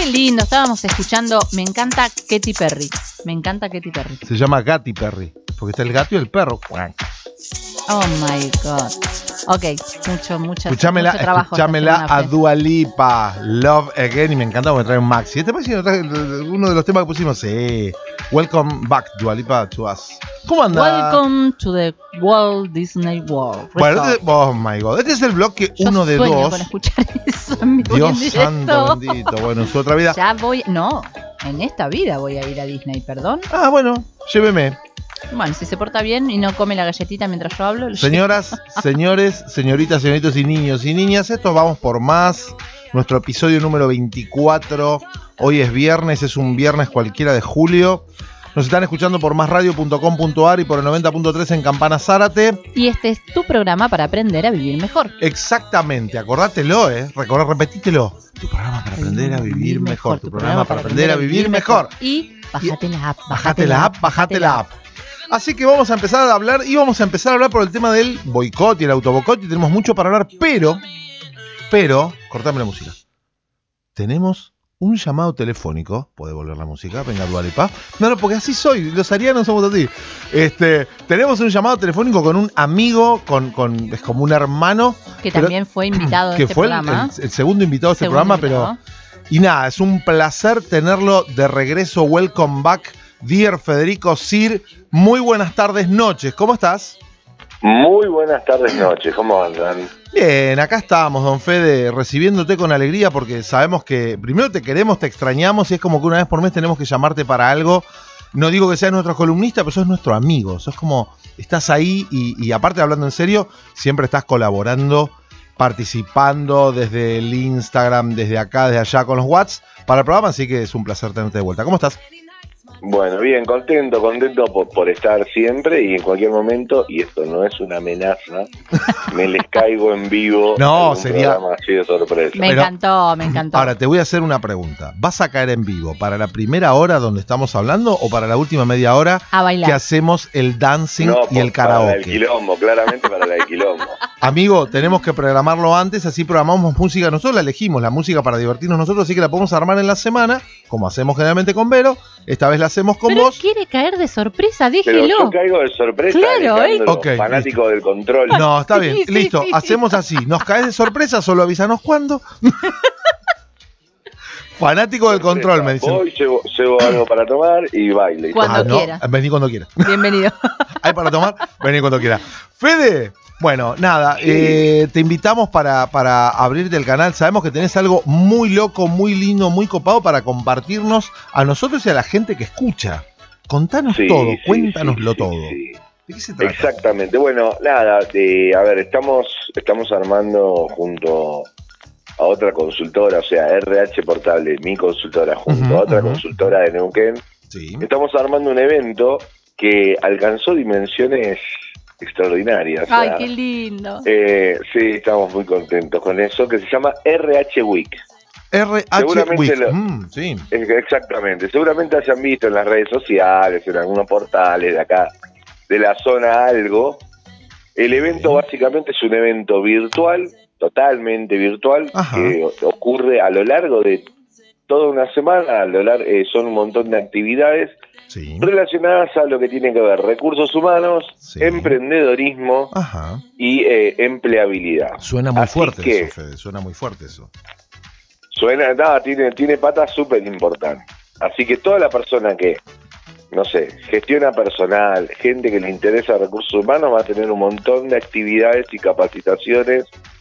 lindo, estábamos escuchando. Me encanta Katy Perry. Se llama Katy Perry, porque está el gato y el perro. Oh my God. Ok, mucho trabajo. Escuchámela a Dua Lipa, Love Again, y me encanta porque trae un maxi. Este parece uno de los temas que pusimos. Welcome back, Dua Lipa, to us. ¿Cómo anda? Welcome to the Walt Disney World. Bueno, oh my God, este es el bloque 1 de 2. Con escuchar eso en vivo. Dios santo bendito. Bueno, en su otra vida. En esta vida voy a ir a Disney, perdón. Ah, bueno, lléveme. Bueno, si se porta bien y no come la galletita mientras yo hablo. Señoras, señores, señoritas, señoritos y niños y niñas, esto vamos por más. Nuestro episodio número 24. Hoy es viernes, es un viernes cualquiera de julio. Nos están escuchando por másradio.com.ar y por el 90.3 en Campana Zárate. Y este es tu programa para aprender a vivir mejor. Exactamente, acordátelo, repetítelo. Tu programa para aprender a vivir mejor. Tu programa para aprender a vivir mejor. Y bájate la app. Bájate la app. Así que vamos a empezar a hablar por el tema del boicot y el autoboicot, y tenemos mucho para hablar, pero, cortame la música. Tenemos un llamado telefónico. ¿Puede volver la música? Venga, Dua Lipa. No, porque así soy, los arianos somos así. Tenemos un llamado telefónico con un amigo, es como un hermano. Que también fue invitado de este programa. Que fue el segundo invitado de este programa, pero... Y nada, es un placer tenerlo de regreso. Welcome back, dear Federico Sir. Muy buenas tardes, noches. ¿Cómo estás? Muy buenas tardes, noches. ¿Cómo andan? Bien, acá estamos, don Fede, recibiéndote con alegría porque sabemos que primero te queremos, te extrañamos y es como que una vez por mes tenemos que llamarte para algo. No digo que seas nuestro columnista, pero sos nuestro amigo. Sos como, estás ahí y aparte hablando en serio, siempre estás colaborando, participando desde el Instagram, desde acá, desde allá con los Whats para el programa, así que es un placer tenerte de vuelta. ¿Cómo estás? Bueno, bien, contento por estar siempre y en cualquier momento, y esto no es una amenaza, me les caigo en vivo. No, sería así de sorpresa. Me encantó. Ahora, te voy a hacer una pregunta. ¿Vas a caer en vivo para la primera hora donde estamos hablando o para la última media hora a bailar, que hacemos el dancing y el karaoke? Para el quilombo, claramente para el quilombo. Amigo, tenemos que programarlo antes, así programamos música. Nosotros la elegimos, la música para divertirnos nosotros, así que la podemos armar en la semana, como hacemos generalmente con Vero. Esta vez la hacemos con vos. Pero quiere caer de sorpresa, déjelo. Pero yo caigo de sorpresa, claro, okay, fanático listo. Del control. No, está bien, listo, hacemos así. Nos caes de sorpresa, solo avísanos cuándo. Fanático del control, me dicen. Hoy llevo algo para tomar y baile. Cuando quiera. Vení cuando quiera. Bienvenido. Hay para tomar, vení cuando quiera. Fede, bueno, nada, te invitamos para abrirte el canal. Sabemos que tenés algo muy loco, muy lindo, muy copado para compartirnos a nosotros y a la gente que escucha. Contanos todo, cuéntanoslo todo. Sí. ¿De qué se trata? Exactamente, bueno, nada, a ver, estamos armando junto a otra consultora, o sea, RH Portable, mi consultora, junto a otra consultora de Neuquén. Sí. Estamos armando un evento que alcanzó dimensiones extraordinarias. Ay, qué lindo. Sí, estamos muy contentos con eso, que se llama RH Week. RH Week. Sí. Exactamente. Seguramente hayan visto en las redes sociales, en algunos portales de acá, de la zona algo. El evento básicamente es un evento virtual, totalmente virtual, que ocurre a lo largo de toda una semana. Son un montón de actividades relacionadas a lo que tiene que ver recursos humanos, emprendedorismo y empleabilidad. Suena muy fuerte eso, Fede, suena muy fuerte eso. Tiene patas súper importantes. Así que toda la persona que, no sé, gestiona personal, gente que le interesa recursos humanos, va a tener un montón de actividades y capacitaciones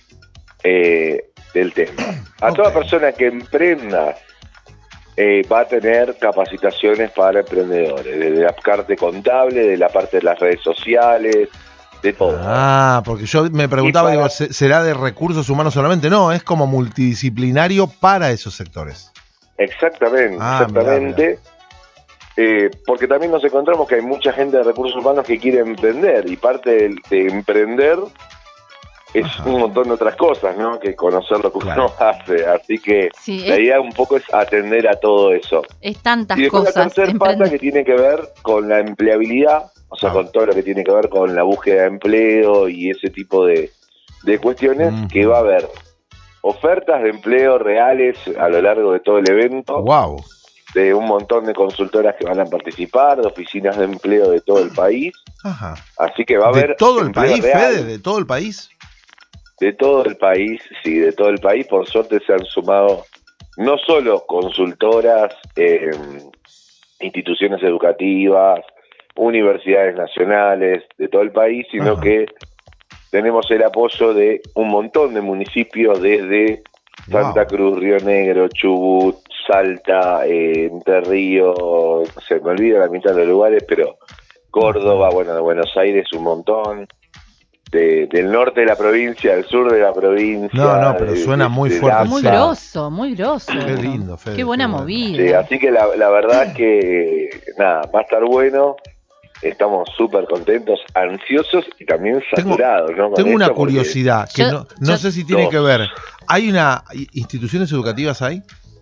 del tema. A toda persona que emprenda, va a tener capacitaciones para emprendedores, desde la parte contable, de la parte de las redes sociales, de todo. Porque yo me preguntaba, digo, ¿será de recursos humanos solamente? No, es como multidisciplinario para esos sectores. Exactamente. Mirá. Porque también nos encontramos que hay mucha gente de recursos humanos que quiere emprender, y parte de emprender es un montón de otras cosas, ¿no? Que conocer lo que uno hace. Así que la idea un poco es atender a todo eso. Es tantas y después cosas. La tercera pata que tiene que ver con la empleabilidad, o sea, con todo lo que tiene que ver con la búsqueda de empleo y ese tipo de cuestiones, que va a haber ofertas de empleo reales a lo largo de todo el evento, Wow. de un montón de consultoras que van a participar, de oficinas de empleo de todo el país. Ajá. Así que va a haber ¿De todo el empleo país, real. Fede? ¿De todo el país? De todo el país, sí, de todo el país. Por suerte se han sumado no solo consultoras, instituciones educativas, universidades nacionales de todo el país, sino Ajá. que tenemos el apoyo de un montón de municipios desde Santa Wow. Cruz, Río Negro, Chubut, Salta, Entre Ríos, se me olvida la mitad de los lugares, pero Córdoba, bueno, de Buenos Aires un montón. Del norte de la provincia, del sur de la provincia. No, pero suena muy fuerte. Lampa. Muy grosso, muy grosso. Qué lindo, Fede. Qué buena qué bueno. movida. Sí, así que la verdad es que, nada, va a estar bueno. Estamos súper contentos, ansiosos y también saturados, ¿no? Con Tengo una esto, porque curiosidad, que Yo- no yo- sé si tiene Dos. que ver. ¿Hay instituciones educativas ahí?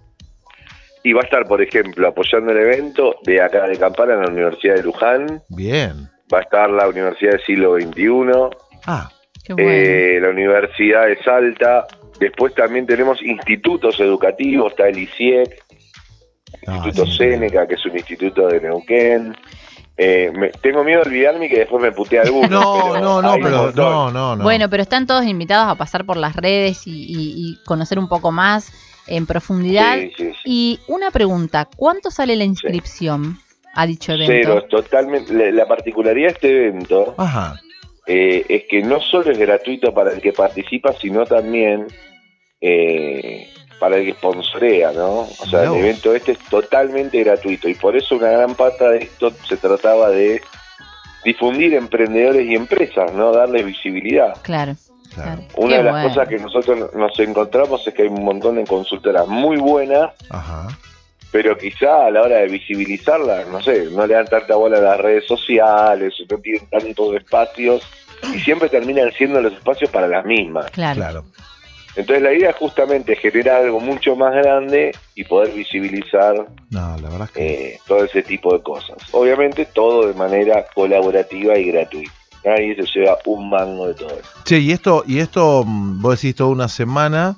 Y va a estar, por ejemplo, apoyando el evento de acá de Campana en la Universidad de Luján. Bien. Va a estar la Universidad del Siglo XXI, Ah, Qué bueno. la Universidad de Salta. Después también tenemos institutos educativos, está el ICIEC, Instituto sí. Seneca, que es un instituto de Neuquén. Tengo miedo de olvidarme y que después me putea alguno. No, hay un pero montón. no. Bueno, pero están todos invitados a pasar por las redes y conocer un poco más en profundidad. Sí. Y una pregunta, ¿cuánto sale la inscripción a dicho evento? Cero, es totalmente. La particularidad de este evento Ajá. es que no solo es gratuito para el que participa, sino también para el que sponsorea, ¿no? O sea, Mirá el vos. evento este es totalmente gratuito y por eso una gran pata de esto se trataba de difundir emprendedores y empresas, ¿no? Darles visibilidad. Claro. Claro. Una Qué de las bueno. cosas que nosotros nos encontramos es que hay un montón de consultoras muy buenas, Ajá. pero quizá a la hora de visibilizarlas, no sé, no le dan tanta bola a las redes sociales, no tienen tantos espacios y siempre terminan siendo los espacios para las mismas. Claro. Claro. Entonces la idea es justamente generar algo mucho más grande y poder visibilizar No, la verdad es que. todo ese tipo de cosas. Obviamente todo de manera colaborativa y gratuita. Nadie se lleva un mango de todo eso. Che, y esto, vos decís toda una semana.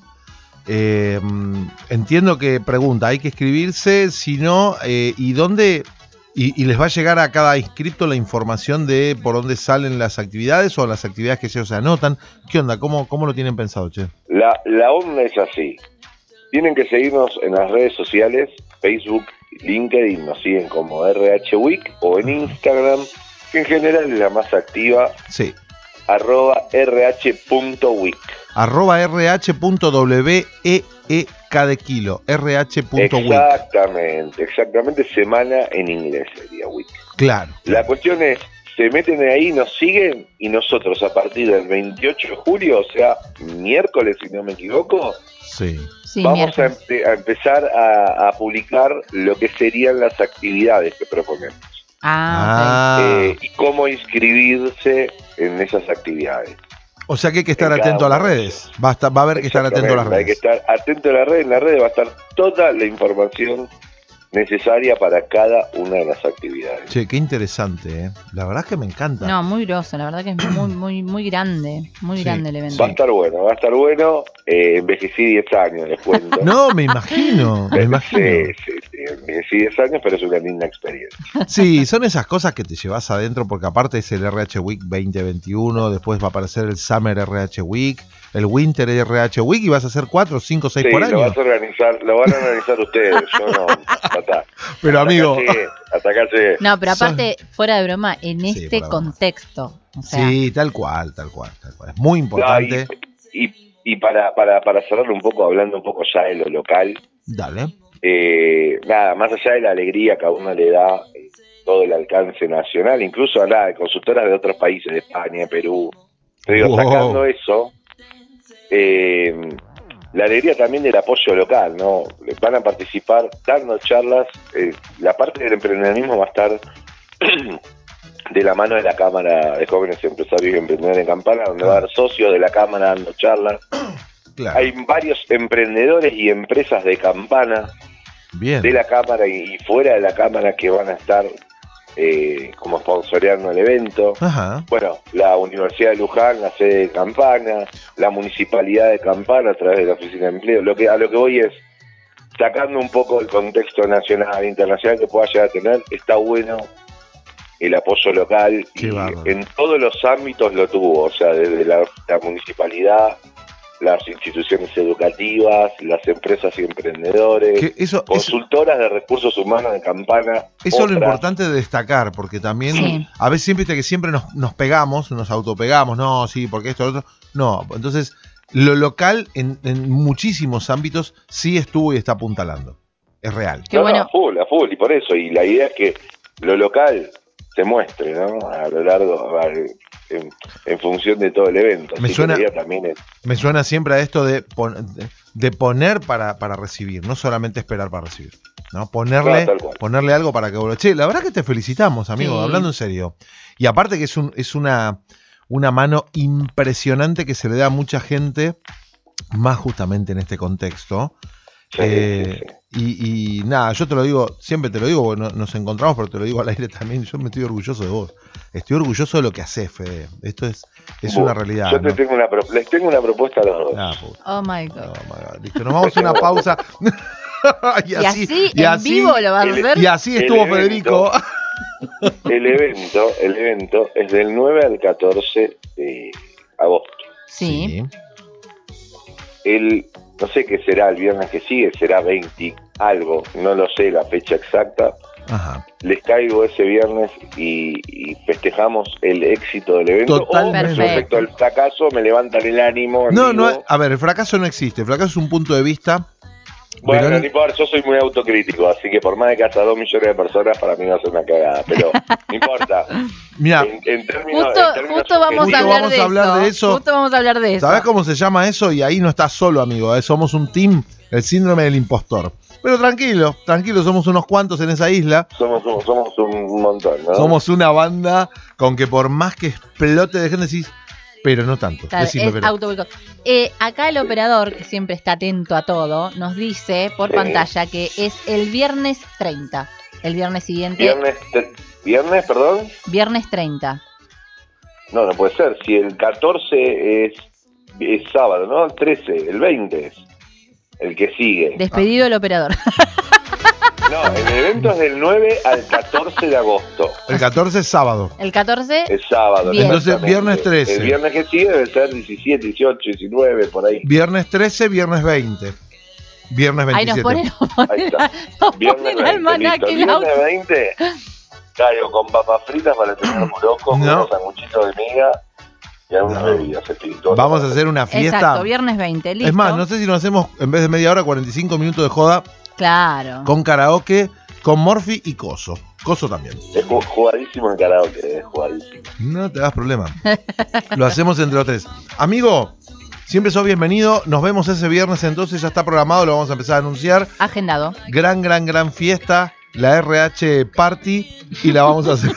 Entiendo que pregunta, hay que inscribirse, si no, ¿y dónde? Y les va a llegar a cada inscripto la información de por dónde salen las actividades o las actividades que ellos se anotan. ¿Qué onda? ¿Cómo lo tienen pensado, che? La onda es así. Tienen que seguirnos en las redes sociales, Facebook, LinkedIn, nos siguen como RH Week, o en Instagram, que en general es la más activa, Sí. @rh.week. @rh.week de kilo. rh.week. Exactamente, semana en inglés sería week. Claro. La cuestión es, se meten ahí, nos siguen y nosotros a partir del 28 de julio, o sea, miércoles si no me equivoco, Sí. Sí, vamos a, miércoles. a empezar a publicar lo que serían las actividades que proponemos y cómo inscribirse en esas actividades. O sea que hay que estar En cada atento a las uno de redes. Va a haber que estar atento a las Exactamente, hay que redes. estar atento a las redes. En las redes va a estar toda la información necesaria para cada una de las actividades. Che, qué interesante, ¿eh? La verdad es que me encanta. No, muy grosso, la verdad que es muy grande, muy Sí. grande el evento. Va a estar bueno. Envejecí 10 años, les cuento. No, me imagino. Me imagino. Sí, envejecí 10 años, pero es una linda experiencia. Sí, son esas cosas que te llevas adentro porque aparte es el RH Week 2021, después va a aparecer el Summer RH Week, el Winter RH Week y vas a hacer 4, 5, 6 Sí, por lo año. van a organizar ustedes, yo no. Pero amigo, Hasta acá llegué. No, pero aparte, fuera de broma, en Sí, este fuera de broma. contexto. O sea, sí, tal cual. Es muy importante. Y para cerrar un poco, hablando un poco ya de lo local, Dale. nada, más allá de la alegría que a uno le da todo el alcance nacional, incluso a de consultoras de otros países, de España, Perú, pero Wow. sacando eso, la alegría también del apoyo local, ¿no? Van a participar dando charlas, la parte del emprendimiento va a estar de la mano de la Cámara de Jóvenes Empresarios y Emprendedores de Campana, donde va a haber socios de la Cámara dando charlas. Claro. Hay varios emprendedores y empresas de Campana, Bien. de la Cámara y fuera de la Cámara, que van a estar como sponsoreando el evento. Ajá. Bueno, la Universidad de Luján, la sede de Campana, la Municipalidad de Campana a través de la Oficina de Empleo. A lo que voy es, sacando un poco el contexto nacional e internacional que pueda llegar a tener, está bueno el apoyo local. Qué y bárbaro. en todos los ámbitos lo tuvo, o sea, desde la municipalidad, las instituciones educativas, las empresas y emprendedores, Que eso consultoras de recursos humanos de Campana. es lo otras. importante de destacar, porque también Sí. a veces siempre nos pegamos, nos autopegamos, no, sí, porque esto, lo otro. No, entonces lo local en muchísimos ámbitos sí estuvo y está apuntalando. Es real. Qué bueno. A full, y por eso, y la idea es que lo local se muestre, ¿no? A lo largo, en función de todo el evento. Me Así suena- que la idea también es, Me suena siempre a esto de poner para recibir, no solamente esperar para recibir, ¿no? Claro, tal cual. Ponerle algo para que vuelva. Che, la verdad que te felicitamos, amigo, Sí. hablando en serio. Y aparte que es una mano impresionante que se le da a mucha gente, más justamente en este contexto. sí, sí. Y nada, yo te lo digo, siempre te lo digo, porque nos encontramos, pero te lo digo al aire también. Yo me estoy orgulloso de vos. Estoy orgulloso de lo que haces, Fede. Esto es una realidad. Yo ¿no? les tengo una propuesta a los dos. Ah, puta. Oh my Oh, God. my God. Listo, nos vamos a una pausa. Y así en vivo lo vas a hacer. Y así estuvo El evento. Federico. El evento es del 9 al 14 de agosto. Sí. No sé qué será el viernes que sigue, será 20 algo, no lo sé la fecha exacta. Ajá. Les caigo ese viernes y festejamos el éxito del evento. Totalmente. O respecto al fracaso, me levantan el ánimo. No, amigo. no, a ver, el fracaso no existe. El fracaso es un punto de vista. Bueno, pero- no importa, yo soy muy autocrítico, así que por más de que hasta 2 millones de personas, para mí va a ser una cagada, pero no importa. Mira, En términos, Justo vamos Justo a hablar, vamos de, a hablar de eso. Justo vamos a hablar de eso. ¿sabés cómo se llama eso? Y ahí no estás solo, amigo. Somos un team, el síndrome del impostor. Pero tranquilo, somos unos cuantos en esa isla. somos un montón, ¿no? Somos una banda con que por más que explote de gente decís, pero no tanto. Claro, Decime, es pero. autoboicot. Acá el operador, que siempre está atento a todo, nos dice por Sí. pantalla que es el viernes 30. El viernes siguiente. ¿Viernes, perdón? Viernes 30. No puede ser. Si el 14 es sábado, ¿no? El 13, el 20 es el que sigue. Despedido el operador. No, el evento es del 9 al 14 de agosto. El 14 es sábado. El 14. Es sábado. Bien. Entonces, exactamente. viernes 13. El viernes que sigue debe ser 17, 18, 19, por ahí. Viernes 13, viernes 20. Viernes 27. Ahí nos ponen, Ahí está. nos Viernes ponen 20, almanaque listo. el auto. Viernes 20, caigo con papas fritas para tener un loco, No. con sanguchitos de miga y algunas No. bebidas espirituosas. Vamos a hacer una fiesta. Exacto, viernes 20, listo. Es más, no sé si nos hacemos en vez de media hora, 45 minutos de joda Claro. con karaoke, con Morphy y Coso. Coso también. Es jugadísimo el karaoke, es jugadísimo. No te das problema. Lo hacemos entre los tres. Amigo, siempre sos bienvenido. Nos vemos ese viernes entonces. Ya está programado, lo vamos a empezar a anunciar. Agendado. Gran fiesta. La RH Party. Y la vamos a hacer.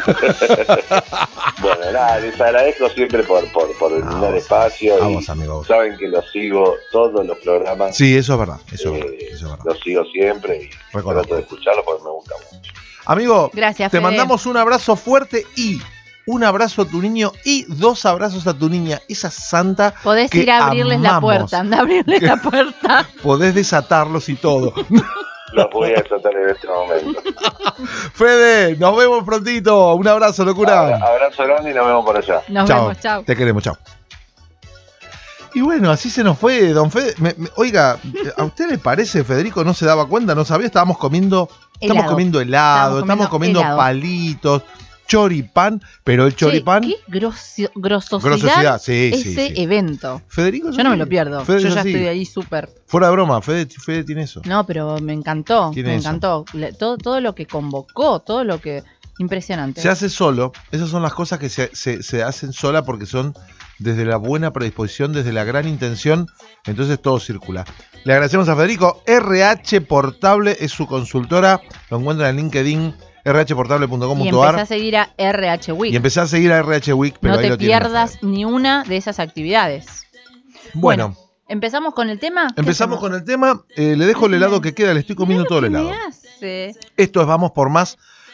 Bueno, nada, les agradezco siempre por brindar espacio. Vamos, y amigo. saben que los sigo todos los programas. Sí, eso es verdad. Eso es verdad. eh, Eso es verdad. los sigo siempre y Reconozco. trato de escucharlo porque me gusta mucho. Amigo, Gracias, te Fede. mandamos un abrazo fuerte y un abrazo a tu niño y 2 abrazos a tu niña. Esa santa. Podés que ir a abrirles la amamos. puerta. Anda a abrirles la puerta. Podés desatarlos y todo. Los voy a desatar en este momento. Fede, nos vemos prontito. Un abrazo, locura. Abrazo grande y nos vemos por allá. Nos Chao. vemos, chao. Te queremos, chao. Y bueno, así se nos fue, don Fede. Oiga, ¿a usted le parece, Federico? ¿No se daba cuenta? ¿No sabía? Estábamos comiendo helado, estamos comiendo helado. palitos, choripán, pero el choripán... Che, qué grososidad, Grososidad, sí, ese sí. evento. Federico, Yo no me lo pierdo. Fede Yo es ya así. estoy ahí súper. Fuera de broma, Fede tiene eso. No, pero me encantó. Tiene Me eso. encantó. Todo lo que convocó, todo lo que. Impresionante. Se hace solo, esas son las cosas que se hacen sola porque son desde la buena predisposición, desde la gran intención, entonces todo circula. Le agradecemos a Federico. RH Portable es su consultora, lo encuentran en LinkedIn, Y empecé a rhportable.com.ar seguir a RH Week. y empecé a seguir a RH Week, pero No ahí te lo tienen a pierdas Fede. ni una de esas actividades. Bueno, ¿Empezamos con el tema? empezamos con el tema, le dejo el helado que queda, le estoy comiendo todo el helado. ¿Qué me hace? Esto es Vamos por Más.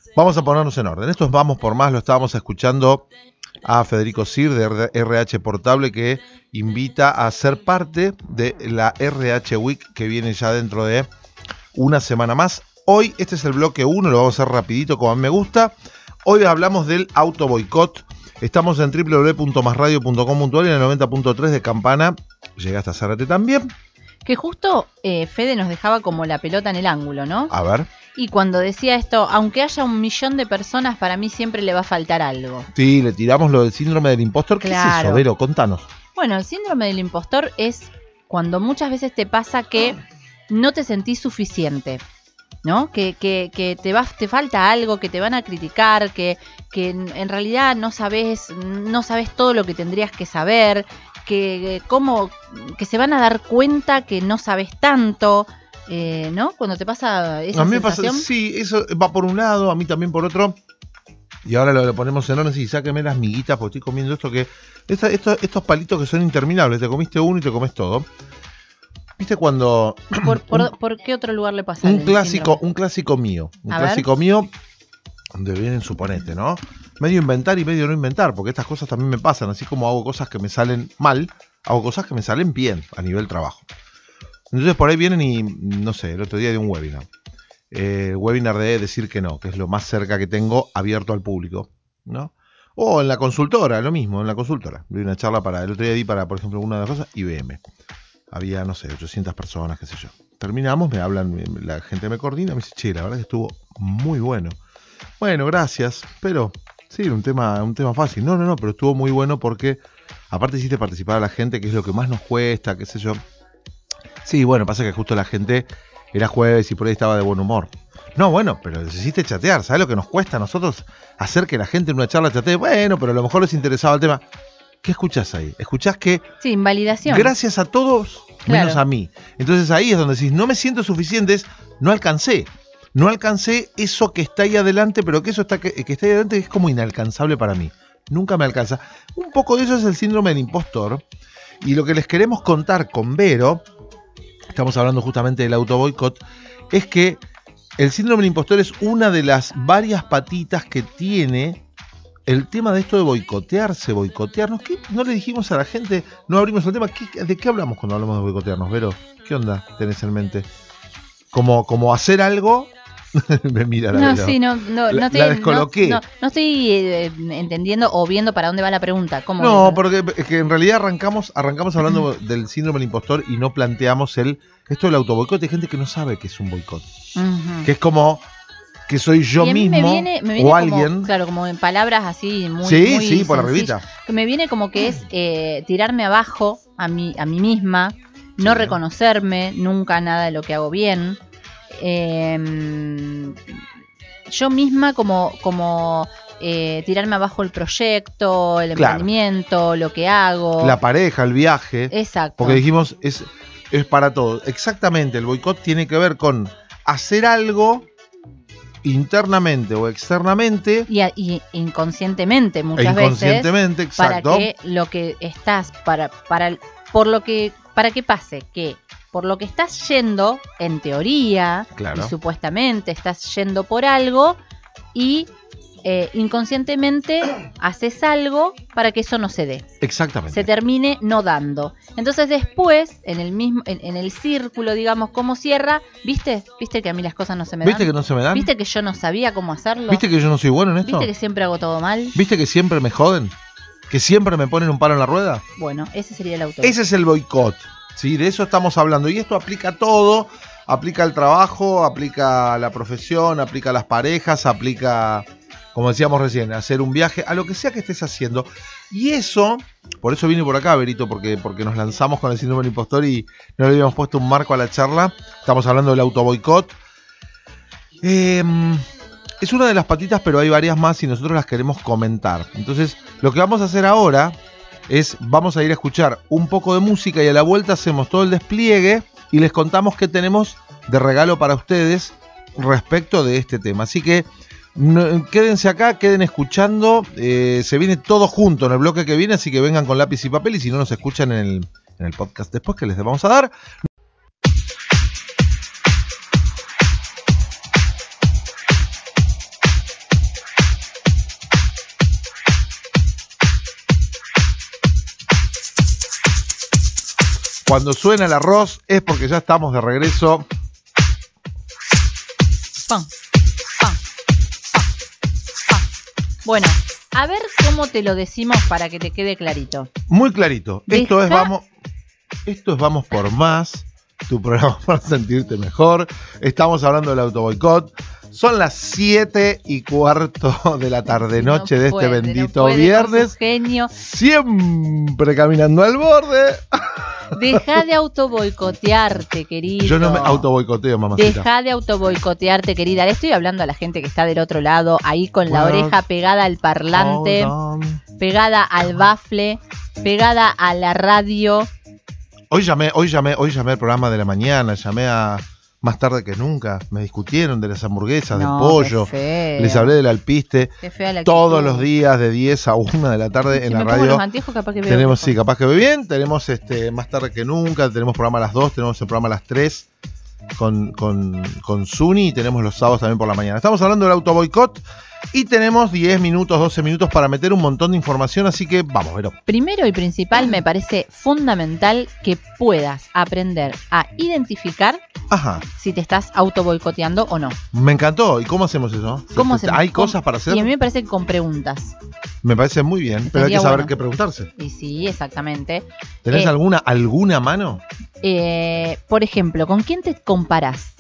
Vamos a ponernos en orden. Esto es Vamos por Más, lo estábamos escuchando a Federico Sir de RH Portable, que invita a ser parte de la RH Week que viene ya dentro de una semana más. Hoy, este es el bloque 1, lo vamos a hacer rapidito como a mí me gusta. Hoy hablamos del auto boicot. Estamos en www.masradio.com.ar y en el 90.3 de Campana. Llegaste a Zárate también. Que justo Fede nos dejaba como la pelota en el ángulo, ¿no? A ver. Y cuando decía esto, aunque haya 1 millón de personas, para mí siempre le va a faltar algo. Sí, le tiramos lo del síndrome del impostor. ¿Qué es eso, Vero? Contanos. Bueno, el síndrome del impostor es cuando muchas veces te pasa que no te sentís suficiente, ¿no? Que te falta algo, que te van a criticar, que en realidad no sabes todo lo que tendrías que saber, que se van a dar cuenta que no sabes tanto, ¿no? Cuando te pasa esa a mí sensación. Me pasa, sí, eso va por un lado, a mí también por otro. Y ahora lo ponemos en orden, sí, sáqueme las miguitas porque estoy comiendo esto que... Estos palitos que son interminables, te comiste uno y te comes todo. ¿Viste cuando... ¿Por qué otro lugar le pasa? Un clásico mío. Un clásico mío, donde vienen, suponete, ¿no? Medio inventar y medio no inventar, porque estas cosas también me pasan. Así como hago cosas que me salen mal, hago cosas que me salen bien a nivel trabajo. Entonces por ahí vienen y, no sé, el otro día de un webinar. Webinar de decir que no, que es lo más cerca que tengo abierto al público, ¿no? O en la consultora, lo mismo, en la consultora. Vi una charla el otro día di para, por ejemplo, una de las cosas, IBM. Había, no sé, 800 personas, qué sé yo. Terminamos, me hablan, la gente me coordina, me dice, che, la verdad que estuvo muy bueno. Bueno, gracias, pero sí, un tema fácil. No, pero estuvo muy bueno porque aparte hiciste participar a la gente, que es lo que más nos cuesta, qué sé yo. Sí, bueno, pasa que justo la gente era jueves y por ahí estaba de buen humor. No, bueno, pero les hiciste chatear. ¿Sabes lo que nos cuesta a nosotros hacer que la gente en una charla chatee? Bueno, pero a lo mejor les interesaba el tema. ¿Qué escuchás ahí? Escuchás que... Sí, invalidación. Gracias a todos, menos a mí. Entonces ahí es donde decís, no me siento suficiente, no alcancé. No alcancé eso que está ahí adelante, pero que eso que está ahí adelante es como inalcanzable para mí. Nunca me alcanza. Un poco de eso es el síndrome del impostor. Y lo que les queremos contar con Vero, estamos hablando justamente del auto boicot, es que el síndrome del impostor es una de las varias patitas que tiene el tema de esto de boicotearnos. ¿Qué? No le dijimos a la gente, no abrimos el tema. ¿De qué hablamos cuando hablamos de boicotearnos, Vero? ¿Qué onda tenés en mente? Como hacer algo. Me mira la Vero. Sí, no la descoloqué. No estoy entendiendo o viendo para dónde va la pregunta. ¿Cómo no, porque es que en realidad arrancamos hablando del síndrome del impostor y no planteamos esto del autoboicot. Hay gente que no sabe que es un boicot. Que es como que soy yo mismo me viene o como, alguien. Claro, como en palabras así muy Sí, por arribita. Que me viene como que es tirarme abajo a mí misma, no reconocerme nunca nada de lo que hago bien. Yo misma como tirarme abajo el proyecto, el emprendimiento, lo que hago. La pareja, el viaje. Exacto. Porque dijimos, es para todo. Exactamente, el boicot tiene que ver con hacer algo internamente o externamente y inconscientemente muchas veces exacto, para que lo que estás para que pase que por lo que estás yendo en teoría y supuestamente estás yendo por algo y inconscientemente haces algo para que eso no se dé. Exactamente. Se termine no dando. Entonces después, en el círculo, digamos, cómo cierra, ¿viste que a mí las cosas no se me dan? ¿Viste que no se me dan? ¿Viste que yo no sabía cómo hacerlo? ¿Viste que yo no soy bueno en esto? ¿Viste que siempre hago todo mal? ¿Viste que siempre me joden? ¿Que siempre me ponen un palo en la rueda? Bueno, ese sería el autor. Ese es el boicot, ¿sí? De eso estamos hablando. Y esto aplica a todo. Aplica al trabajo, aplica a la profesión, aplica a las parejas, aplica... Como decíamos recién, hacer un viaje, a lo que sea que estés haciendo. Y eso, por eso vine por acá, Berito, porque nos lanzamos con el síndrome del impostor y no le habíamos puesto un marco a la charla. Estamos hablando del autoboicot. Es una de las patitas, pero hay varias más y nosotros las queremos comentar. Entonces, lo que vamos a hacer ahora es, vamos a ir a escuchar un poco de música y a la vuelta hacemos todo el despliegue y les contamos qué tenemos de regalo para ustedes respecto de este tema. Así que quédense acá, queden escuchando, se viene todo junto en el bloque que viene, así que vengan con lápiz y papel y si no nos escuchan en el podcast después que les vamos a dar. Cuando suena el arroz es porque ya estamos de regreso. Pam, pam, pam, pam. Bueno, a ver cómo te lo decimos para que te quede clarito. Muy clarito. Esto es Vamos por Más, tu programa para sentirte mejor. Estamos hablando del autoboicot. Son las 7:15 de la tarde-noche de este bendito viernes. Genio. Siempre caminando al borde. Deja de autoboicotearte, querido. Yo no me autoboicoteo, mamacita. Deja de autoboicotearte, querida. Le estoy hablando a la gente que está del otro lado, ahí con la oreja pegada al parlante, pegada al bafle, pegada a la radio. Hoy llamé al programa de la mañana, llamé a Más Tarde que Nunca. Me discutieron de las hamburguesas, del pollo. Les hablé del alpiste. Qué fea la todos actitud. los días de 10 a 1 de la tarde en la me pongo radio. los anteojos, capaz que veo Tenemos, mejor. sí, capaz que ve bien. Tenemos Más Tarde que Nunca. Tenemos programa a las 2. Tenemos el programa a las 3 con Zuni. Y tenemos los sábados también por la mañana. Estamos hablando del autoboicot. Y tenemos 10 minutos, 12 minutos para meter un montón de información. Así que vamos, Vero. Primero y principal, me parece fundamental que puedas aprender a identificar Ajá. si te estás autoboicoteando o no. Me encantó. ¿Y cómo hacemos eso? ¿Cómo hacemos? ¿Hay cosas para hacer? Y a mí me parece que con preguntas. Me parece muy bien. Pero hay que Estaría saber bueno. qué preguntarse. Y sí, exactamente. ¿Tenés alguna mano? Por ejemplo, ¿con quién te comparás?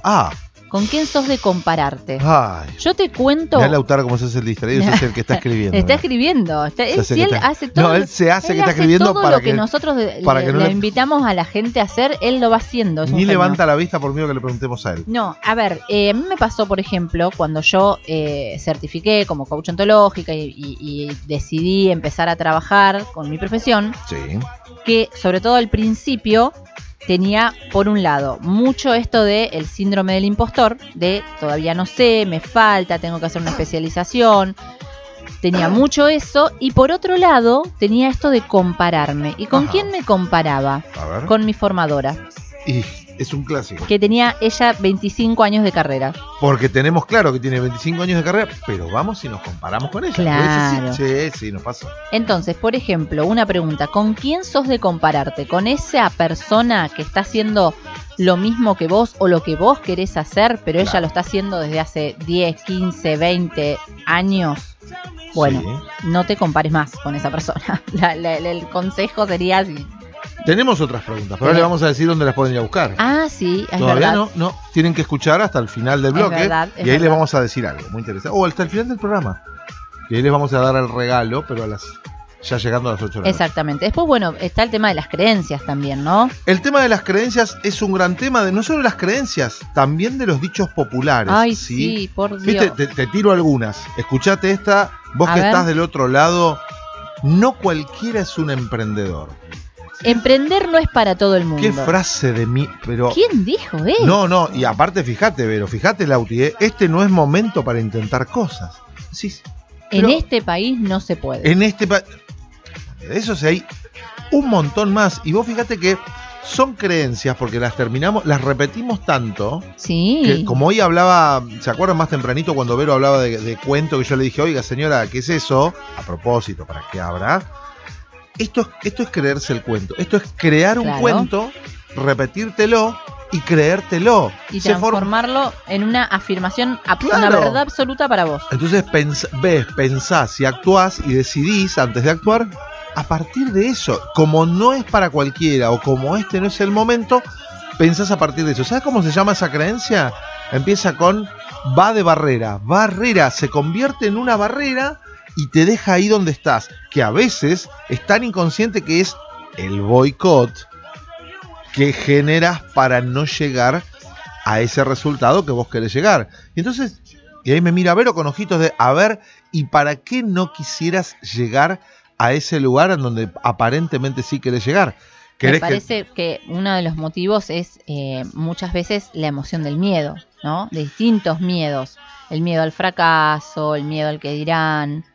¿Con quién sos de compararte? Ay. Yo te cuento... Mirá Lautaro cómo se hace el distraído, ese es el que está escribiendo. Está escribiendo. Él hace todo. No, él se hace que está escribiendo todo para lo que nosotros le invitamos a la gente a hacer, él lo va haciendo. Ni levanta la vista por miedo que le preguntemos a él. No, a ver, a mí me pasó, por ejemplo, cuando yo certifiqué como coach ontológica y decidí empezar a trabajar con mi profesión, Sí. que sobre todo al principio tenía, por un lado, mucho esto de el síndrome del impostor, de todavía no sé, me falta, tengo que hacer una especialización. Tenía mucho eso, y por otro lado tenía esto de compararme. ¿Y con quién me comparaba? A ver. Con mi formadora, Y es un clásico. que tenía ella 25 años de carrera. Porque tenemos claro que tiene 25 años de carrera, pero vamos y nos comparamos con ella. Claro. Sí, nos pasa. Entonces, por ejemplo, una pregunta, ¿con quién sos de compararte? ¿Con esa persona que está haciendo lo mismo que vos o lo que vos querés hacer, pero ella lo está haciendo desde hace 10, 15, 20 años? Bueno, no te compares más con esa persona. El consejo sería... Tenemos otras preguntas, pero ahora le vamos a decir dónde las pueden ir a buscar. Ah, sí, es Todavía verdad. no. Tienen que escuchar hasta el final del bloque. Verdad, y ahí les vamos a decir algo muy interesante. O hasta el final del programa. Y ahí les vamos a dar el regalo, pero ya llegando a las 8 de la noche. Exactamente. Después, bueno, está el tema de las creencias también, ¿no? El tema de las creencias es un gran tema, de no solo las creencias, también de los dichos populares. Ay, sí, por Dios. ¿Viste? Te tiro algunas. Escuchate esta, vos A que ver. estás del otro lado. No cualquiera es un emprendedor. Emprender no es para todo el mundo. Qué frase de mí, pero... ¿Quién dijo eso? No, y aparte fíjate, Vero, fíjate, Lauti, este no es momento para intentar cosas. Sí, En este país no se puede. En este país... De eso sí hay un montón más. Y vos fíjate que son creencias, porque las repetimos tanto, Sí. que como hoy hablaba, ¿se acuerdan más tempranito cuando Vero hablaba de cuento? Que yo le dije, oiga señora, ¿qué es eso? A propósito, ¿para qué habrá? Esto es creerse el cuento. Esto es crear un cuento, repetírtelo y creértelo. Y transformarlo en una afirmación, una verdad absoluta para vos. Entonces pensás y actuás y decidís antes de actuar a partir de eso. Como no es para cualquiera o como este no es el momento, pensás a partir de eso. ¿Sabes cómo se llama esa creencia? Empieza con va de barrera. Barrera se convierte en una barrera y te deja ahí donde estás, que a veces es tan inconsciente que es el boicot que generas para no llegar a ese resultado que vos querés llegar. Y entonces, y ahí me mira Vero con ojitos de, a ver, ¿y para qué no quisieras llegar a ese lugar en donde aparentemente sí querés llegar? Me parece que uno de los motivos es muchas veces la emoción del miedo, ¿no? De distintos miedos. El miedo al fracaso, el miedo al que dirán.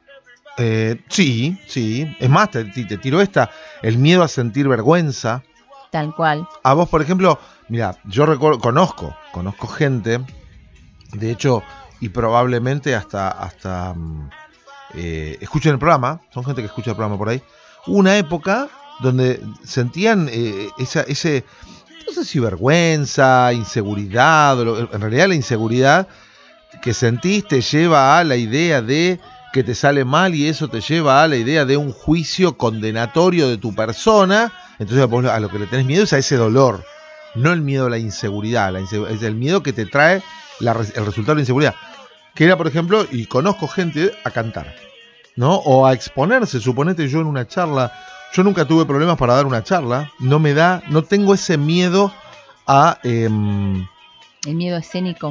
Sí. Es más, te tiro esta. El miedo a sentir vergüenza. Tal cual. A vos, por ejemplo, mira, yo conozco gente, de hecho, y probablemente hasta escuchen el programa, son gente que escucha el programa por ahí. Una época donde sentían ese, no sé si vergüenza, inseguridad, en realidad la inseguridad que sentís te lleva a la idea de que te sale mal y eso te lleva a la idea de un juicio condenatorio de tu persona. Entonces vos a lo que le tenés miedo es a ese dolor, no el miedo a la inseguridad, es el miedo que te trae el resultado de la inseguridad. Que era, por ejemplo, y conozco gente a cantar, ¿no? O a exponerse. Suponete yo en una charla, yo nunca tuve problemas para dar una charla, no tengo ese miedo a... El miedo escénico.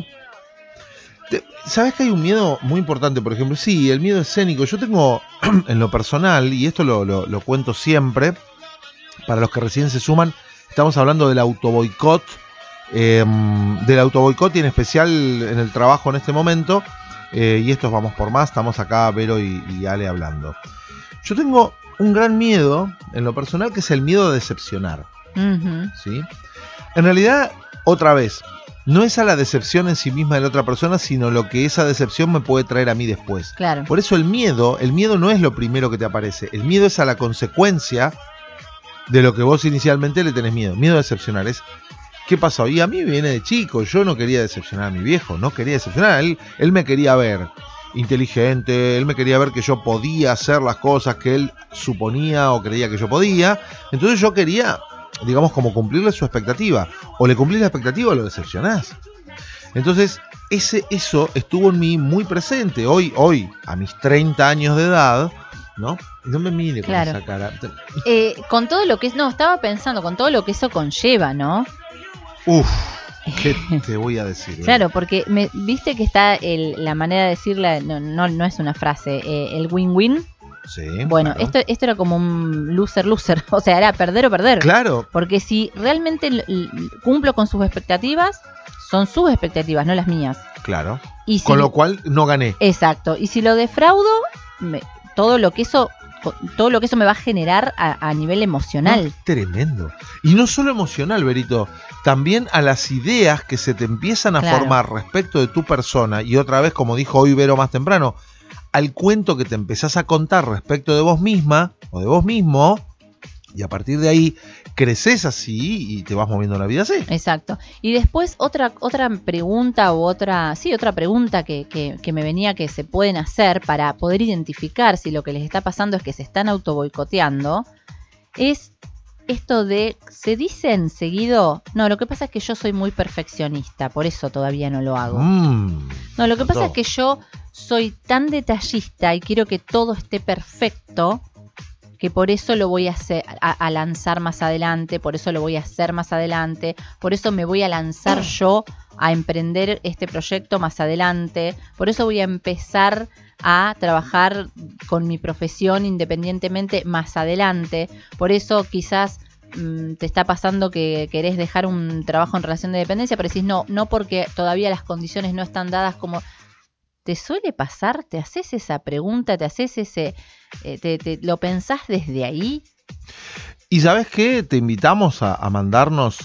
¿Sabes que hay un miedo muy importante? Por ejemplo, sí, el miedo escénico. Yo tengo, en lo personal, y esto lo cuento siempre, para los que recién se suman, estamos hablando del autoboicot, y en especial en el trabajo en este momento, y esto es Vamos por Más, estamos acá Vero y Ale hablando. Yo tengo un gran miedo, en lo personal, que es el miedo a decepcionar. Uh-huh. ¿Sí? En realidad, otra vez, no es a la decepción en sí misma de la otra persona, sino lo que esa decepción me puede traer a mí después. Claro. Por eso el miedo no es lo primero que te aparece. El miedo es a la consecuencia de lo que vos inicialmente le tenés miedo. Miedo a decepcionar es, ¿qué pasó? Y a mí viene de chico, yo no quería decepcionar a mi viejo, no quería decepcionar. Él me quería ver inteligente, él me quería ver que yo podía hacer las cosas que él suponía o creía que yo podía. Entonces yo quería, digamos, como cumplirle su expectativa. O le cumplís la expectativa o lo decepcionás. Entonces, eso estuvo en mí muy presente. Hoy, a mis 30 años de edad, ¿no? No me mire con esa cara. Con todo lo que estaba pensando, con todo lo que eso conlleva, ¿no? Uf, ¿qué te voy a decir? Claro, porque viste que está la manera de decirla, no es una frase, el win-win. Sí, bueno, claro. Esto era como un loser-loser, o sea, era perder o perder. Claro. Porque si realmente cumplo con sus expectativas, son sus expectativas, no las mías. Claro. Y con lo cual no gané. Exacto. Y si lo defraudo, todo lo que eso me va a generar a nivel emocional. No, tremendo. Y no solo emocional, Berito, también a las ideas que se te empiezan a formar respecto de tu persona. Y otra vez, como dijo hoy Vero más temprano, al cuento que te empezás a contar respecto de vos misma o de vos mismo, y a partir de ahí creces así y te vas moviendo la vida así. Exacto. Y después otra pregunta o otra pregunta que me venía, que se pueden hacer para poder identificar si lo que les está pasando es que se están autoboicoteando, es esto de, se dice enseguido, no, lo que pasa es que yo soy muy perfeccionista, por eso todavía no lo hago. No, lo que pasa es que yo soy tan detallista y quiero que todo esté perfecto, que por eso lo voy a hacer, a lanzar más adelante, por eso lo voy a hacer más adelante, por eso me voy a lanzar yo a emprender este proyecto más adelante, por eso voy a empezar a trabajar con mi profesión independientemente más adelante, por eso quizás te está pasando que querés dejar un trabajo en relación de dependencia, pero decís no porque todavía las condiciones no están dadas como... ¿Te suele pasar? ¿Te haces esa pregunta? ¿Te haces lo pensás desde ahí? Y ¿sabes qué? Te invitamos a mandarnos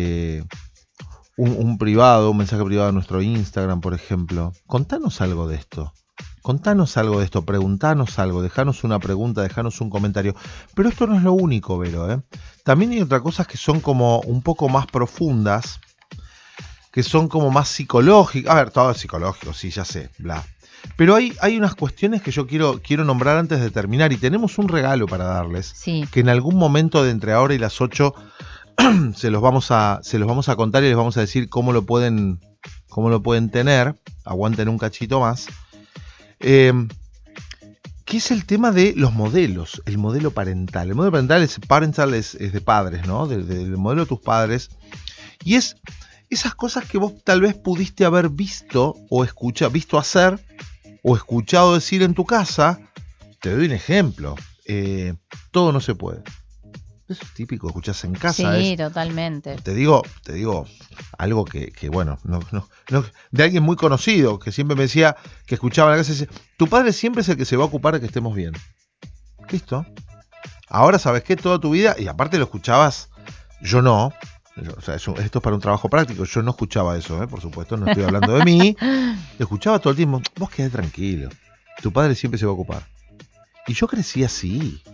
un mensaje privado a nuestro Instagram, por ejemplo. Contanos algo de esto. Preguntanos algo, dejanos una pregunta, dejanos un comentario. Pero esto no es lo único, Vero, ¿eh? También hay otras cosas que son como un poco más profundas, que son como más psicológicas. A ver, todo es psicológico, sí, ya sé, bla. Pero hay unas cuestiones que yo quiero nombrar antes de terminar, y tenemos un regalo para darles, sí, que en algún momento de entre ahora y las 8 se los vamos a contar y les vamos a decir cómo lo pueden tener. Aguanten un cachito más. Que es el tema de los modelos, el modelo parental. El modelo parental es de padres, ¿no? Del modelo de tus padres. Y es esas cosas que vos tal vez pudiste haber visto o visto hacer o escuchado decir en tu casa. Te doy un ejemplo. Todo no se puede. Eso es típico, escuchás en casa. Sí, totalmente. Te digo algo que bueno, no, de alguien muy conocido, que siempre me decía, que escuchaba en la casa, dice, tu padre siempre es el que se va a ocupar de que estemos bien. Listo. Ahora sabes qué, toda tu vida, y aparte lo escuchabas, yo no. O sea, esto es para un trabajo práctico. Yo no escuchaba eso, por supuesto, no estoy hablando de mí. Lo escuchaba todo el tiempo. Vos quedé tranquilo. Tu padre siempre se va a ocupar. Y yo crecí así.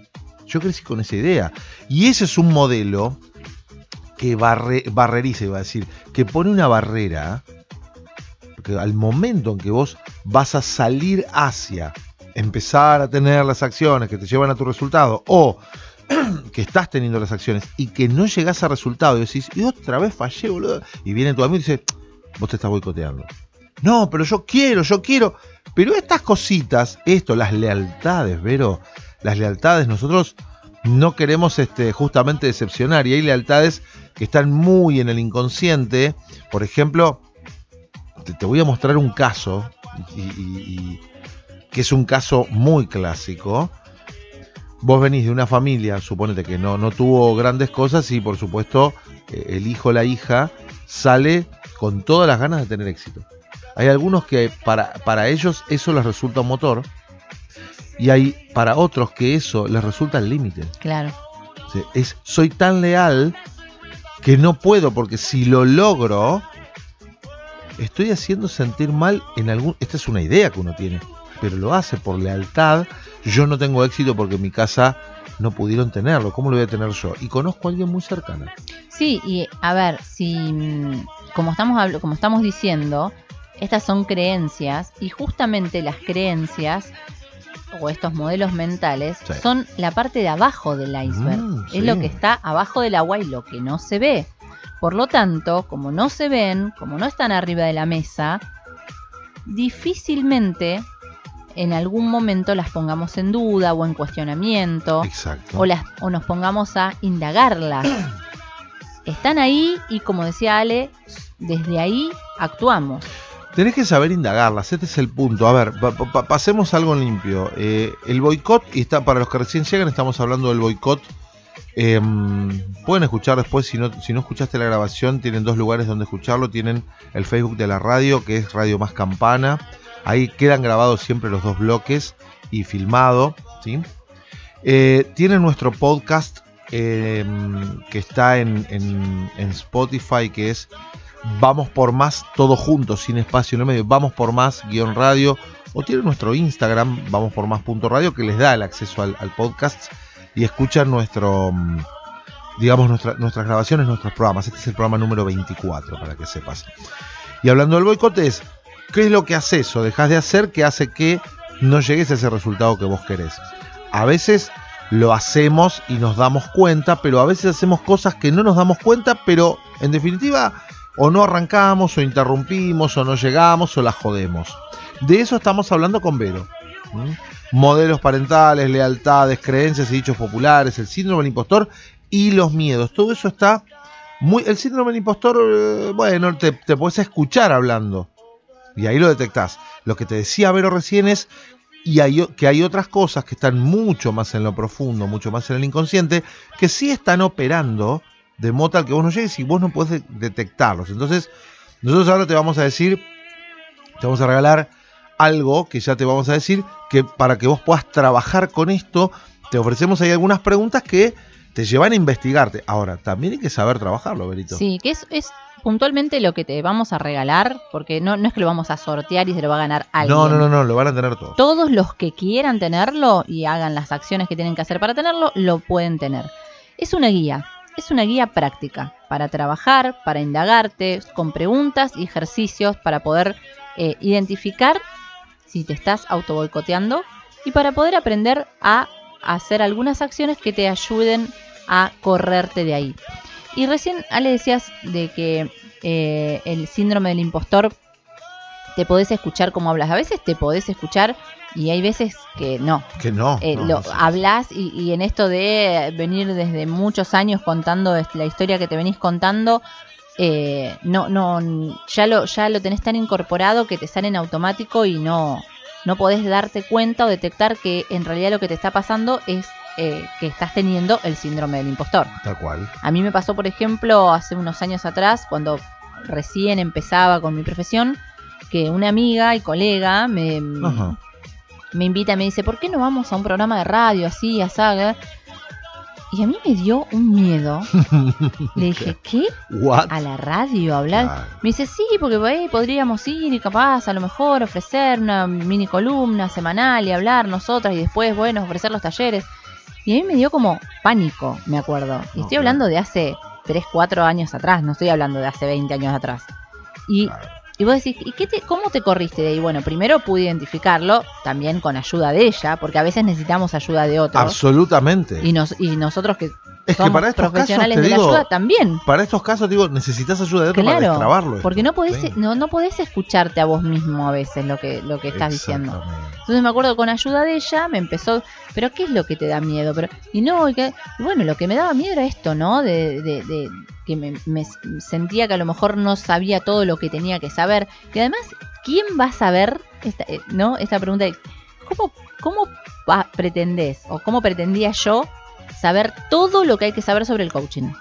Yo crecí con esa idea. Y ese es un modelo que barreriza, iba a decir, que pone una barrera, porque al momento en que vos vas a salir hacia empezar a tener las acciones que te llevan a tu resultado, o que estás teniendo las acciones y que no llegás a resultado y decís, y otra vez fallé, boludo, y viene tu amigo y dice, vos te estás boicoteando. No, pero yo quiero. Pero estas cositas, las lealtades, Vero, las lealtades, nosotros no queremos justamente decepcionar, y hay lealtades que están muy en el inconsciente. Por ejemplo, te voy a mostrar un caso, y que es un caso muy clásico. Vos venís de una familia, suponete que no tuvo grandes cosas, y por supuesto el hijo o la hija sale con todas las ganas de tener éxito. Hay algunos que para ellos eso les resulta un motor, y hay para otros que eso les resulta el límite. Claro. Soy tan leal que no puedo, porque si lo logro, estoy haciendo sentir mal esta es una idea que uno tiene, pero lo hace por lealtad. Yo no tengo éxito porque en mi casa no pudieron tenerlo, ¿cómo lo voy a tener yo? Y conozco a alguien muy cercano. Sí, y a ver, si como estamos diciendo, estas son creencias, y justamente las creencias o estos modelos mentales son la parte de abajo del iceberg. Es lo que está abajo del agua y lo que no se ve. Por lo tanto, como no se ven, como no están arriba de la mesa, difícilmente en algún momento las pongamos en duda o en cuestionamiento. Exacto. O nos pongamos a indagarlas. Están ahí y, como decía Ale, desde ahí actuamos. Tenés que saber indagarlas, este es el punto. A ver, pasemos algo limpio. El boicot, y está para los que recién llegan, estamos hablando del boicot. Pueden escuchar después, si no escuchaste la grabación, tienen dos lugares donde escucharlo. Tienen el Facebook de la radio, que es Radio Más Campana. Ahí quedan grabados siempre los dos bloques y filmado, ¿sí? Tienen nuestro podcast que está en Spotify, que es Vamos por Más, todo junto, sin espacio en el medio, Vamos por Más _radio, o tienen nuestro Instagram, vamospormás.radio, que les da el acceso al podcast y escuchan nuestras grabaciones, nuestros programas. Este es el programa número 24, para que sepas. Y hablando del boicot, ¿qué es lo que haces o dejas de hacer que hace que no llegues a ese resultado que vos querés? A veces lo hacemos y nos damos cuenta, pero a veces hacemos cosas que no nos damos cuenta, pero en definitiva o no arrancamos, o interrumpimos, o no llegamos, o la jodemos. De eso estamos hablando con Vero. Modelos parentales, lealtades, creencias y dichos populares, el síndrome del impostor y los miedos. Todo eso está muy... El síndrome del impostor, te puedes escuchar hablando, y ahí lo detectás. Lo que te decía Vero recién es que hay otras cosas que están mucho más en lo profundo, mucho más en el inconsciente, que sí están operando de modo tal que vos no llegues y vos no podés detectarlos. Entonces, nosotros ahora te vamos a regalar algo que ya te vamos a decir, que para que vos puedas trabajar con esto, te ofrecemos ahí algunas preguntas que te llevan a investigarte. Ahora, también hay que saber trabajarlo, Verito. Sí, que es puntualmente lo que te vamos a regalar, porque no es que lo vamos a sortear y se lo va a ganar alguien. No, lo van a tener todos. Todos los que quieran tenerlo y hagan las acciones que tienen que hacer para tenerlo, lo pueden tener. Es una guía práctica para trabajar, para indagarte, con preguntas y ejercicios para poder identificar si te estás autoboicoteando y para poder aprender a hacer algunas acciones que te ayuden a correrte de ahí. Y recién, Ale, decías de que el síndrome del impostor, te podés escuchar como hablas. A veces te podés escuchar y hay veces que no. Hablas y en esto de venir desde muchos años contando la historia que te venís contando, ya lo tenés tan incorporado que te sale en automático y no podés darte cuenta o detectar que en realidad lo que te está pasando es que estás teniendo el síndrome del impostor. Tal cual. A mí me pasó, por ejemplo, hace unos años atrás, cuando recién empezaba con mi profesión, que una amiga y colega me invita y me dice, ¿por qué no vamos a un programa de radio así, asaga? Y a mí me dio un miedo. Le dije, ¿qué? What? ¿A la radio hablar? Claro. Me dice, sí, porque podríamos ir y capaz a lo mejor ofrecer una mini columna semanal y hablar nosotras y después, ofrecer los talleres. Y a mí me dio como pánico, me acuerdo. Y estoy hablando de hace 3, 4 años atrás, no estoy hablando de hace 20 años atrás. Y vos decís, ¿cómo te corriste de ahí? Bueno, primero pude identificarlo, también con ayuda de ella, porque a veces necesitamos ayuda de otros. Absolutamente. Y nosotros que Es que somos para estos profesionales casos, te de la digo, ayuda también. Para estos casos, digo, necesitas ayuda de otro para Claro, destrabarlo. porque no podés, Sí. no podés escucharte a vos mismo a veces lo que estás diciendo. Exactamente. Entonces me acuerdo con ayuda de ella me empezó, pero ¿qué es lo que te da miedo? Y bueno, lo que me daba miedo era esto, ¿no? De que me sentía que a lo mejor no sabía todo lo que tenía que saber. Y además, ¿quién va a saber esta pregunta de cómo pretendés o cómo pretendía yo saber todo lo que hay que saber sobre el coaching?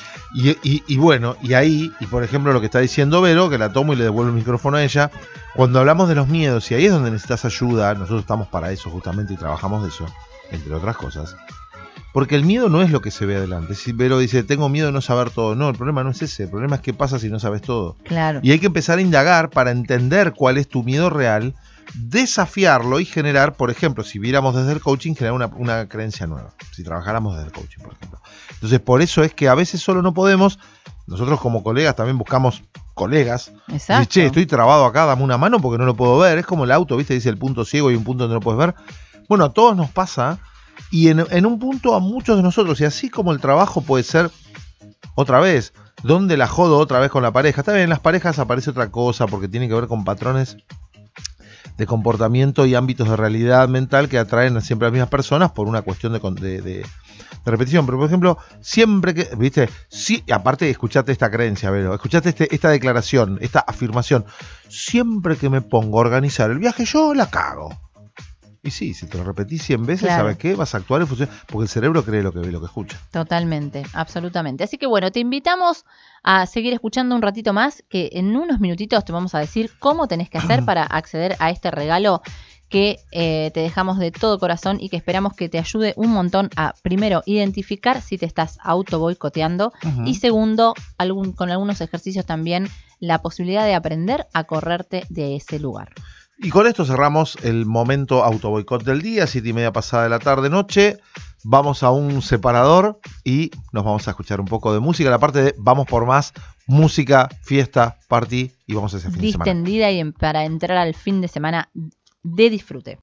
Y bueno, y ahí, y por ejemplo lo que está diciendo Vero, que la tomo y le devuelvo el micrófono a ella, cuando hablamos de los miedos, y ahí es donde necesitas ayuda, nosotros estamos para eso justamente y trabajamos de eso, entre otras cosas, porque el miedo no es lo que se ve adelante. Si Vero dice, tengo miedo de no saber todo, no, el problema no es ese, el problema es qué pasa si no sabes todo. Claro. Y hay que empezar a indagar para entender cuál es tu miedo real, desafiarlo y generar, por ejemplo, si viéramos desde el coaching, generar una creencia nueva, si trabajáramos desde el coaching, por ejemplo. Entonces, por eso es que a veces solo no podemos, nosotros como colegas también buscamos colegas. Exacto. Dice, che, estoy trabado acá, dame una mano porque no lo puedo ver. Es como el auto, ¿viste? Dice el punto ciego y un punto donde no puedes ver. Bueno, a todos nos pasa, y en un punto a muchos de nosotros, y así como el trabajo puede ser, otra vez, ¿dónde la jodo otra vez con la pareja? Está bien, en las parejas aparece otra cosa porque tiene que ver con patrones de comportamiento y ámbitos de realidad mental que atraen a siempre a las mismas personas por una cuestión de repetición. Pero por ejemplo, siempre que, viste, sí, aparte escuchate esta creencia, Vero, escuchate esta declaración, esta afirmación, siempre que me pongo a organizar el viaje yo la cago. Y sí, si te lo repetís 100 veces, Claro. ¿sabes qué? Vas a actuar en función, porque el cerebro cree lo que ve, lo que escucha. Totalmente, absolutamente. Así que bueno, te invitamos a seguir escuchando un ratito más, que en unos minutitos te vamos a decir cómo tenés que hacer para acceder a este regalo que te dejamos de todo corazón y que esperamos que te ayude un montón a, primero, identificar si te estás auto boicoteando y segundo, con algunos ejercicios también, la posibilidad de aprender a correrte de ese lugar. Y con esto cerramos el momento autoboicot del día, 7:30 pasada de la tarde, noche. Vamos a un separador y nos vamos a escuchar un poco de música. La parte de vamos por más música, fiesta, party y vamos a ese fin de semana. Distendida y para entrar al fin de semana de disfrute.